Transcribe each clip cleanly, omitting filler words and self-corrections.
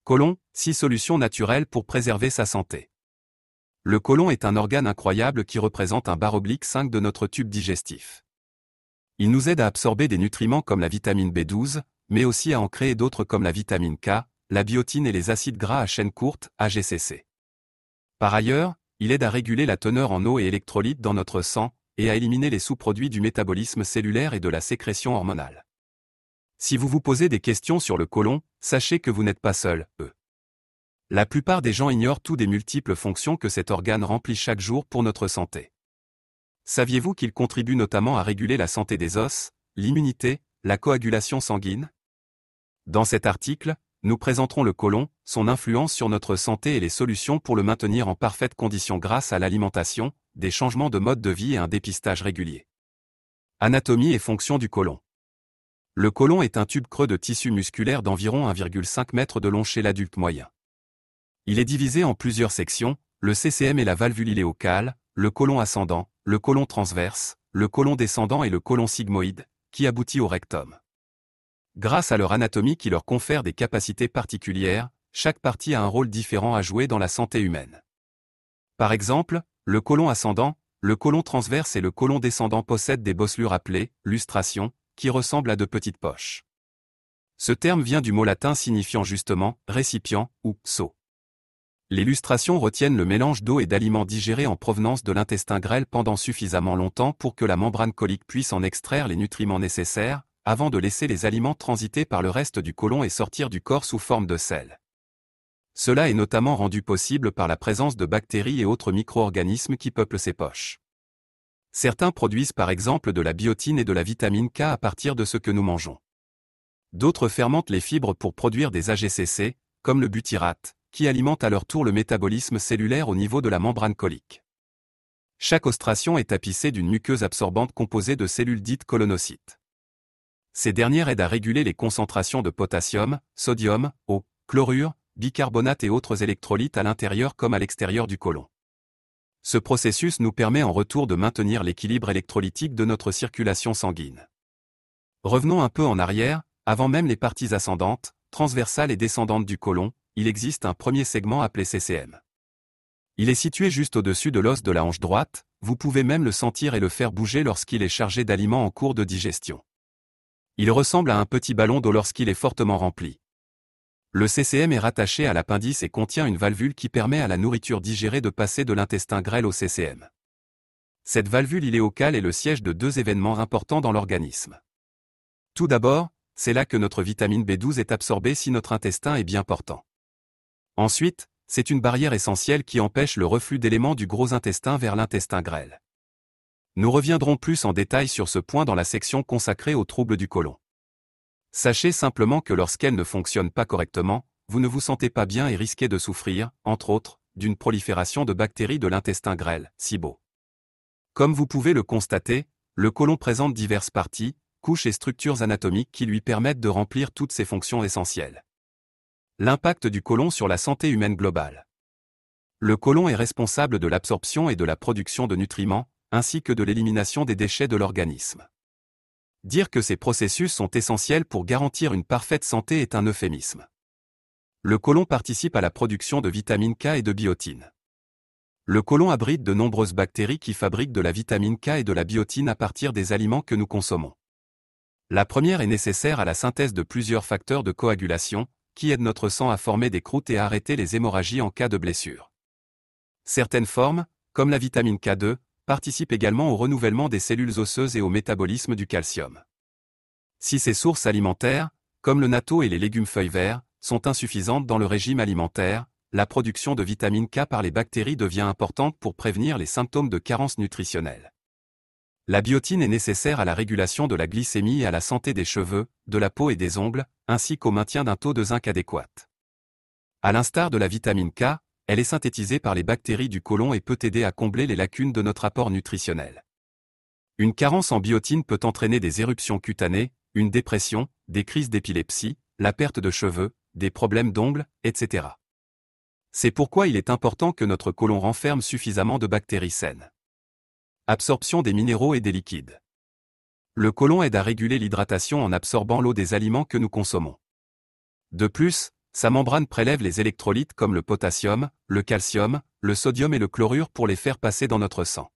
Côlon, 6 solutions naturelles pour préserver sa santé. Le côlon est un organe incroyable qui représente un bar-5 de notre tube digestif. Il nous aide à absorber des nutriments comme la vitamine B12, mais aussi à en créer d'autres comme la vitamine K, la biotine et les acides gras à chaîne courte, AGCC. Par ailleurs, il aide à réguler la teneur en eau et électrolytes dans notre sang, et à éliminer les sous-produits du métabolisme cellulaire et de la sécrétion hormonale. Si vous vous posez des questions sur le côlon, sachez que vous n'êtes pas seul, La plupart des gens ignorent tout des multiples fonctions que cet organe remplit chaque jour pour notre santé. Saviez-vous qu'il contribue notamment à réguler la santé des os, l'immunité, la coagulation sanguine? Dans cet article, nous présenterons le côlon, son influence sur notre santé et les solutions pour le maintenir en parfaite condition grâce à l'alimentation, des changements de mode de vie et un dépistage régulier. Anatomie et fonction du côlon. Le côlon est un tube creux de tissu musculaire d'environ 1,5 m de long chez l'adulte moyen. Il est divisé en plusieurs sections, le CCM et la valvule iléocale, le côlon ascendant, le côlon transverse, le côlon descendant et le côlon sigmoïde, qui aboutit au rectum. Grâce à leur anatomie qui leur confère des capacités particulières, chaque partie a un rôle différent à jouer dans la santé humaine. Par exemple, le côlon ascendant, le côlon transverse et le côlon descendant possèdent des bosselures appelées lustrations, qui ressemblent à de petites poches. Ce terme vient du mot latin signifiant justement récipient ou seau. Les lustrations retiennent le mélange d'eau et d'aliments digérés en provenance de l'intestin grêle pendant suffisamment longtemps pour que la membrane côlique puisse en extraire les nutriments nécessaires, avant de laisser les aliments transiter par le reste du côlon et sortir du corps sous forme de sel. Cela est notamment rendu possible par la présence de bactéries et autres micro-organismes qui peuplent ces poches. Certains produisent par exemple de la biotine et de la vitamine K à partir de ce que nous mangeons. D'autres fermentent les fibres pour produire des AGCC, comme le butyrate, qui alimentent à leur tour le métabolisme cellulaire au niveau de la membrane côlique. Chaque ostration est tapissée d'une muqueuse absorbante composée de cellules dites colonocytes. Ces dernières aident à réguler les concentrations de potassium, sodium, eau, chlorure, bicarbonate et autres électrolytes à l'intérieur comme à l'extérieur du côlon. Ce processus nous permet en retour de maintenir l'équilibre électrolytique de notre circulation sanguine. Revenons un peu en arrière, avant même les parties ascendantes, transversales et descendantes du côlon, il existe un premier segment appelé CCM. Il est situé juste au-dessus de l'os de la hanche droite, vous pouvez même le sentir et le faire bouger lorsqu'il est chargé d'aliments en cours de digestion. Il ressemble à un petit ballon d'eau lorsqu'il est fortement rempli. Le CCM est rattaché à l'appendice et contient une valvule qui permet à la nourriture digérée de passer de l'intestin grêle au CCM. Cette valvule iléocale est le siège de deux événements importants dans l'organisme. Tout d'abord, c'est là que notre vitamine B12 est absorbée si notre intestin est bien portant. Ensuite, c'est une barrière essentielle qui empêche le reflux d'éléments du gros intestin vers l'intestin grêle. Nous reviendrons plus en détail sur ce point dans la section consacrée aux troubles du côlon. Sachez simplement que lorsqu'elle ne fonctionne pas correctement, vous ne vous sentez pas bien et risquez de souffrir, entre autres, d'une prolifération de bactéries de l'intestin grêle, SIBO. Comme vous pouvez le constater, le côlon présente diverses parties, couches et structures anatomiques qui lui permettent de remplir toutes ses fonctions essentielles. L'impact du côlon sur la santé humaine globale. Le côlon est responsable de l'absorption et de la production de nutriments, ainsi que de l'élimination des déchets de l'organisme. Dire que ces processus sont essentiels pour garantir une parfaite santé est un euphémisme. Le côlon participe à la production de vitamine K et de biotine. Le côlon abrite de nombreuses bactéries qui fabriquent de la vitamine K et de la biotine à partir des aliments que nous consommons. La première est nécessaire à la synthèse de plusieurs facteurs de coagulation, qui aident notre sang à former des croûtes et à arrêter les hémorragies en cas de blessure. Certaines formes, comme la vitamine K2, participent également au renouvellement des cellules osseuses et au métabolisme du calcium. Si ces sources alimentaires, comme le natto et les légumes feuilles verts, sont insuffisantes dans le régime alimentaire, la production de vitamine K par les bactéries devient importante pour prévenir les symptômes de carence nutritionnelle. La biotine est nécessaire à la régulation de la glycémie et à la santé des cheveux, de la peau et des ongles, ainsi qu'au maintien d'un taux de zinc adéquat. À l'instar de la vitamine K, elle est synthétisée par les bactéries du côlon et peut aider à combler les lacunes de notre apport nutritionnel. Une carence en biotine peut entraîner des éruptions cutanées, une dépression, des crises d'épilepsie, la perte de cheveux, des problèmes d'ongles, etc. C'est pourquoi il est important que notre côlon renferme suffisamment de bactéries saines. Absorption des minéraux et des liquides. Le côlon aide à réguler l'hydratation en absorbant l'eau des aliments que nous consommons. De plus, Sa membrane prélève les électrolytes comme le potassium, le calcium, le sodium et le chlorure pour les faire passer dans notre sang.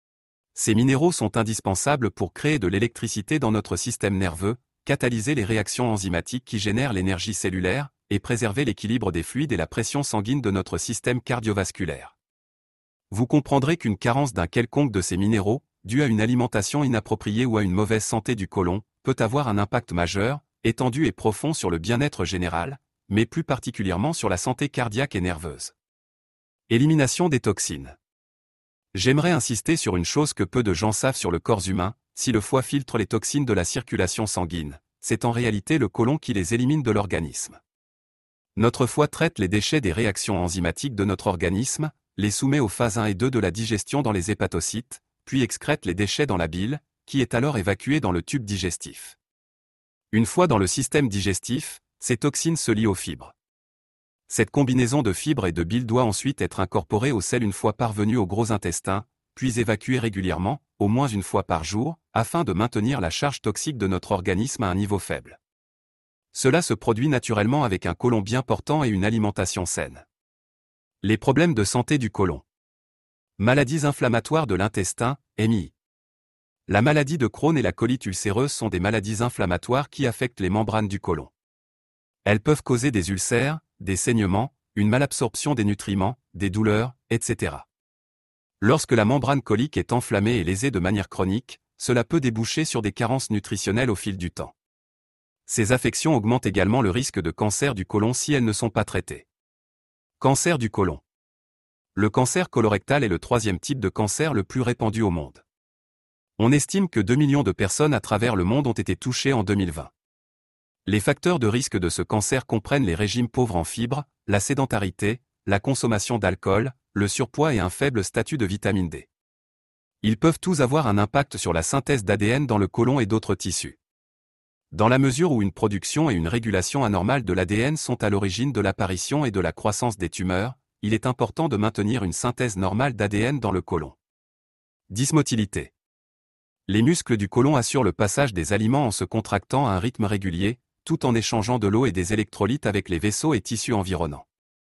Ces minéraux sont indispensables pour créer de l'électricité dans notre système nerveux, catalyser les réactions enzymatiques qui génèrent l'énergie cellulaire, et préserver l'équilibre des fluides et la pression sanguine de notre système cardiovasculaire. Vous comprendrez qu'une carence d'un quelconque de ces minéraux, due à une alimentation inappropriée ou à une mauvaise santé du côlon, peut avoir un impact majeur, étendu et profond sur le bien-être général, mais plus particulièrement sur la santé cardiaque et nerveuse. Élimination des toxines. J'aimerais insister sur une chose que peu de gens savent sur le corps humain: si le foie filtre les toxines de la circulation sanguine, c'est en réalité le côlon qui les élimine de l'organisme. Notre foie traite les déchets des réactions enzymatiques de notre organisme, les soumet aux phases 1 et 2 de la digestion dans les hépatocytes, puis excrète les déchets dans la bile, qui est alors évacuée dans le tube digestif. Une fois dans le système digestif, ces toxines se lient aux fibres. Cette combinaison de fibres et de bile doit ensuite être incorporée aux selles une fois parvenue au gros intestin, puis évacuée régulièrement, au moins une fois par jour, afin de maintenir la charge toxique de notre organisme à un niveau faible. Cela se produit naturellement avec un côlon bien portant et une alimentation saine. Les problèmes de santé du côlon. Maladies inflammatoires de l'intestin, MI. La maladie de Crohn et la colite ulcéreuse sont des maladies inflammatoires qui affectent les membranes du côlon. Elles peuvent causer des ulcères, des saignements, une malabsorption des nutriments, des douleurs, etc. Lorsque la membrane colique est enflammée et lésée de manière chronique, cela peut déboucher sur des carences nutritionnelles au fil du temps. Ces affections augmentent également le risque de cancer du côlon si elles ne sont pas traitées. Cancer du côlon. Le cancer colorectal est le troisième type de cancer le plus répandu au monde. On estime que 2 millions de personnes à travers le monde ont été touchées en 2020. Les facteurs de risque de ce cancer comprennent les régimes pauvres en fibres, la sédentarité, la consommation d'alcool, le surpoids et un faible statut de vitamine D. Ils peuvent tous avoir un impact sur la synthèse d'ADN dans le côlon et d'autres tissus. Dans la mesure où une production et une régulation anormale de l'ADN sont à l'origine de l'apparition et de la croissance des tumeurs, il est important de maintenir une synthèse normale d'ADN dans le côlon. Dysmotilité. Les muscles du côlon assurent le passage des aliments en se contractant à un rythme régulier, tout en échangeant de l'eau et des électrolytes avec les vaisseaux et tissus environnants.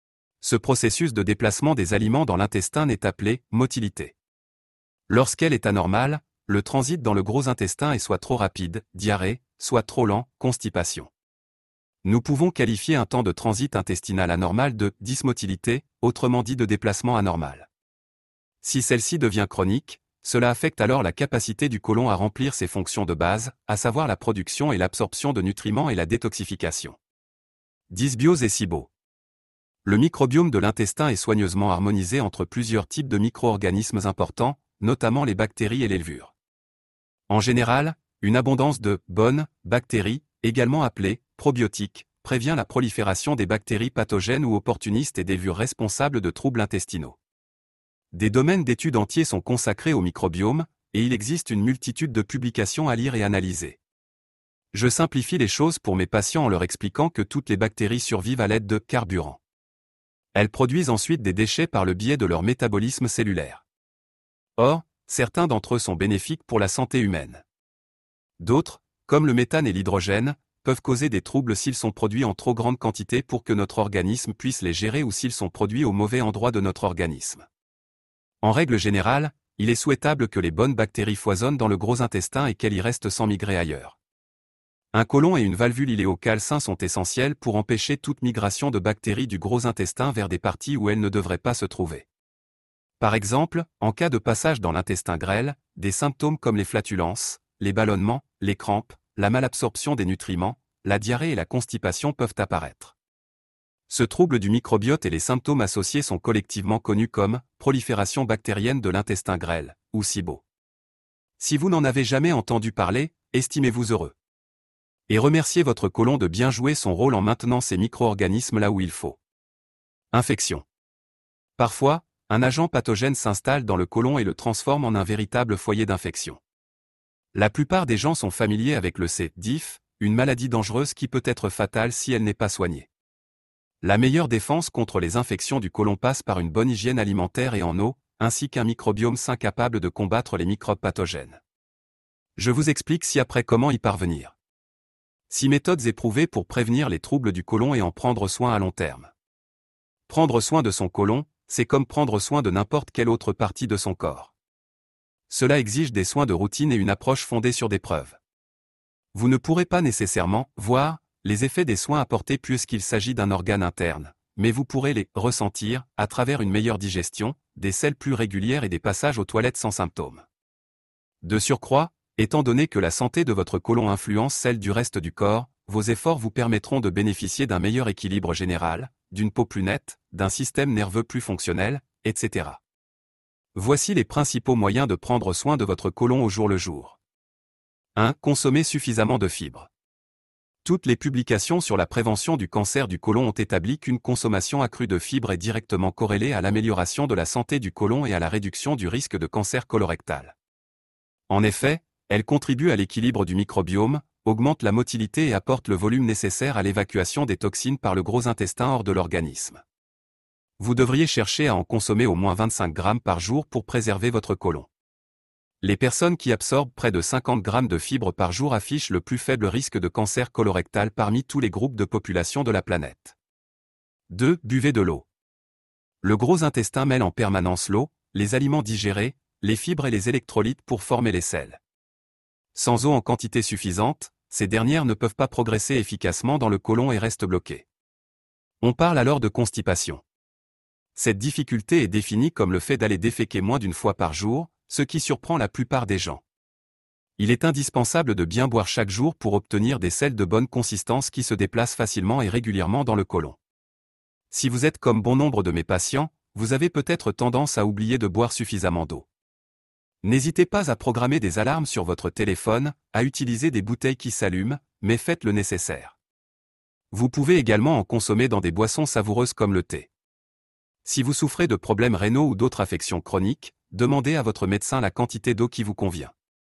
Ce processus de déplacement des aliments dans l'intestin est appelé motilité. Lorsqu'elle est anormale, le transit dans le gros intestin est soit trop rapide, diarrhée, soit trop lent, constipation. Nous pouvons qualifier un temps de transit intestinal anormal de dysmotilité, autrement dit de déplacement anormal. Si celle-ci devient chronique, cela affecte alors la capacité du côlon à remplir ses fonctions de base, à savoir la production et l'absorption de nutriments et la détoxification. Dysbiose et SIBO. Le microbiome de l'intestin est soigneusement harmonisé entre plusieurs types de micro-organismes importants, notamment les bactéries et les levures. En général, une abondance de bonnes bactéries, également appelées probiotiques, prévient la prolifération des bactéries pathogènes ou opportunistes et des levures responsables de troubles intestinaux. Des domaines d'études entiers sont consacrés au microbiome, et il existe une multitude de publications à lire et analyser. Je simplifie les choses pour mes patients en leur expliquant que toutes les bactéries survivent à l'aide de carburants. Elles produisent ensuite des déchets par le biais de leur métabolisme cellulaire. Or, certains d'entre eux sont bénéfiques pour la santé humaine. D'autres, comme le méthane et l'hydrogène, peuvent causer des troubles s'ils sont produits en trop grande quantité pour que notre organisme puisse les gérer ou s'ils sont produits au mauvais endroit de notre organisme. En règle générale, il est souhaitable que les bonnes bactéries foisonnent dans le gros intestin et qu'elles y restent sans migrer ailleurs. Un côlon et une valvule iléocale sains sont essentiels pour empêcher toute migration de bactéries du gros intestin vers des parties où elles ne devraient pas se trouver. Par exemple, en cas de passage dans l'intestin grêle, des symptômes comme les flatulences, les ballonnements, les crampes, la malabsorption des nutriments, la diarrhée et la constipation peuvent apparaître. Ce trouble du microbiote et les symptômes associés sont collectivement connus comme prolifération bactérienne de l'intestin grêle, ou SIBO. Si vous n'en avez jamais entendu parler, estimez-vous heureux. Et remerciez votre côlon de bien jouer son rôle en maintenant ces micro-organismes là où il faut. Infection. Parfois, un agent pathogène s'installe dans le côlon et le transforme en un véritable foyer d'infection. La plupart des gens sont familiers avec le C. diff, une maladie dangereuse qui peut être fatale si elle n'est pas soignée. La meilleure défense contre les infections du côlon passe par une bonne hygiène alimentaire et en eau, ainsi qu'un microbiome sain capable de combattre les microbes pathogènes. Je vous explique ci-après comment y parvenir. 6 méthodes éprouvées pour prévenir les troubles du côlon et en prendre soin à long terme. Prendre soin de son côlon, c'est comme prendre soin de n'importe quelle autre partie de son corps. Cela exige des soins de routine et une approche fondée sur des preuves. Vous ne pourrez pas nécessairement voir les effets des soins apportés puisqu'il s'agit d'un organe interne, mais vous pourrez les ressentir à travers une meilleure digestion, des selles plus régulières et des passages aux toilettes sans symptômes. De surcroît, étant donné que la santé de votre côlon influence celle du reste du corps, vos efforts vous permettront de bénéficier d'un meilleur équilibre général, d'une peau plus nette, d'un système nerveux plus fonctionnel, etc. Voici les principaux moyens de prendre soin de votre côlon au jour le jour. 1. Consommer suffisamment de fibres. Toutes les publications sur la prévention du cancer du côlon ont établi qu'une consommation accrue de fibres est directement corrélée à l'amélioration de la santé du côlon et à la réduction du risque de cancer colorectal. En effet, elle contribue à l'équilibre du microbiome, augmente la motilité et apporte le volume nécessaire à l'évacuation des toxines par le gros intestin hors de l'organisme. Vous devriez chercher à en consommer au moins 25 grammes par jour pour préserver votre côlon. Les personnes qui absorbent près de 50 grammes de fibres par jour affichent le plus faible risque de cancer colorectal parmi tous les groupes de population de la planète. 2. Buvez de l'eau. Le gros intestin mêle en permanence l'eau, les aliments digérés, les fibres et les électrolytes pour former les selles. Sans eau en quantité suffisante, ces dernières ne peuvent pas progresser efficacement dans le côlon et restent bloquées. On parle alors de constipation. Cette difficulté est définie comme le fait d'aller déféquer moins d'une fois par jour, ce qui surprend la plupart des gens. Il est indispensable de bien boire chaque jour pour obtenir des selles de bonne consistance qui se déplacent facilement et régulièrement dans le côlon. Si vous êtes comme bon nombre de mes patients, vous avez peut-être tendance à oublier de boire suffisamment d'eau. N'hésitez pas à programmer des alarmes sur votre téléphone, à utiliser des bouteilles qui s'allument, mais faites le nécessaire. Vous pouvez également en consommer dans des boissons savoureuses comme le thé. Si vous souffrez de problèmes rénaux ou d'autres affections chroniques, demandez à votre médecin la quantité d'eau qui vous convient.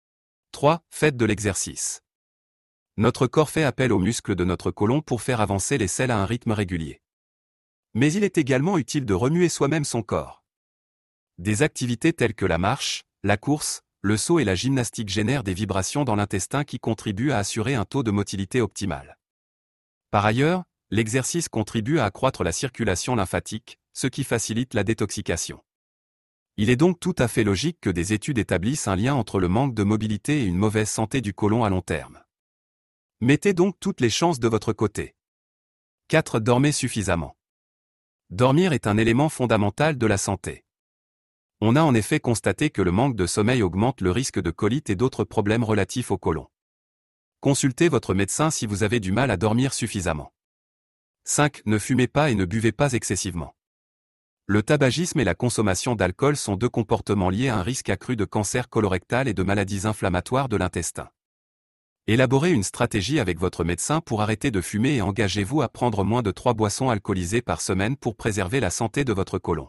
3. Faites de l'exercice. Notre corps fait appel aux muscles de notre côlon pour faire avancer les selles à un rythme régulier. Mais il est également utile de remuer soi-même son corps. Des activités telles que la marche, la course, le saut et la gymnastique génèrent des vibrations dans l'intestin qui contribuent à assurer un taux de motilité optimal. Par ailleurs, l'exercice contribue à accroître la circulation lymphatique, ce qui facilite la détoxication. Il est donc tout à fait logique que des études établissent un lien entre le manque de mobilité et une mauvaise santé du côlon à long terme. Mettez donc toutes les chances de votre côté. 4. Dormez suffisamment. Dormir est un élément fondamental de la santé. On a en effet constaté que le manque de sommeil augmente le risque de colite et d'autres problèmes relatifs au côlon. Consultez votre médecin si vous avez du mal à dormir suffisamment. 5. Ne fumez pas et ne buvez pas excessivement. Le tabagisme et la consommation d'alcool sont deux comportements liés à un risque accru de cancer colorectal et de maladies inflammatoires de l'intestin. Élaborez une stratégie avec votre médecin pour arrêter de fumer et engagez-vous à prendre moins de 3 boissons alcoolisées par semaine pour préserver la santé de votre côlon.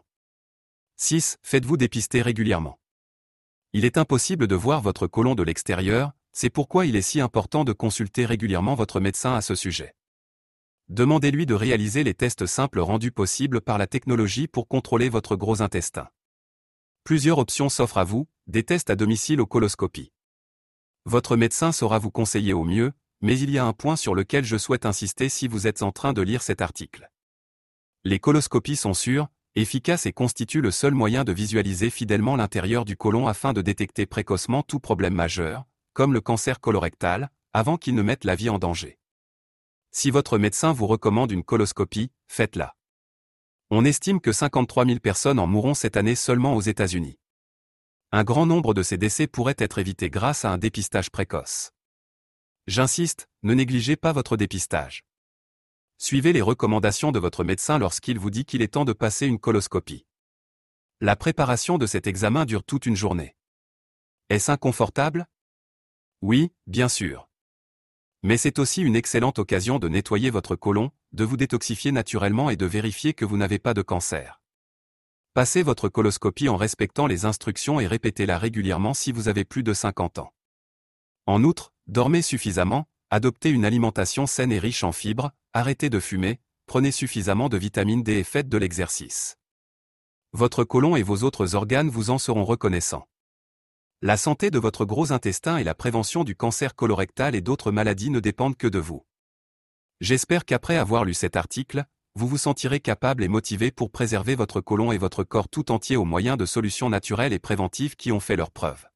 6. Faites-vous dépister régulièrement. Il est impossible de voir votre côlon de l'extérieur, c'est pourquoi il est si important de consulter régulièrement votre médecin à ce sujet. Demandez-lui de réaliser les tests simples rendus possibles par la technologie pour contrôler votre gros intestin. Plusieurs options s'offrent à vous, des tests à domicile ou coloscopie. Votre médecin saura vous conseiller au mieux, mais il y a un point sur lequel je souhaite insister si vous êtes en train de lire cet article. Les coloscopies sont sûres, efficaces et constituent le seul moyen de visualiser fidèlement l'intérieur du côlon afin de détecter précocement tout problème majeur, comme le cancer colorectal, avant qu'il ne mette la vie en danger. Si votre médecin vous recommande une coloscopie, faites-la. On estime que 53 000 personnes en mourront cette année seulement aux États-Unis. Un grand nombre de ces décès pourraient être évités grâce à un dépistage précoce. J'insiste, ne négligez pas votre dépistage. Suivez les recommandations de votre médecin lorsqu'il vous dit qu'il est temps de passer une coloscopie. La préparation de cet examen dure toute une journée. Est-ce inconfortable? Oui, bien sûr. Mais c'est aussi une excellente occasion de nettoyer votre côlon, de vous détoxifier naturellement et de vérifier que vous n'avez pas de cancer. Passez votre coloscopie en respectant les instructions et répétez-la régulièrement si vous avez plus de 50 ans. En outre, dormez suffisamment, adoptez une alimentation saine et riche en fibres, arrêtez de fumer, prenez suffisamment de vitamine D et faites de l'exercice. Votre côlon et vos autres organes vous en seront reconnaissants. La santé de votre gros intestin et la prévention du cancer colorectal et d'autres maladies ne dépendent que de vous. J'espère qu'après avoir lu cet article, vous vous sentirez capable et motivé pour préserver votre côlon et votre corps tout entier au moyen de solutions naturelles et préventives qui ont fait leurs preuves.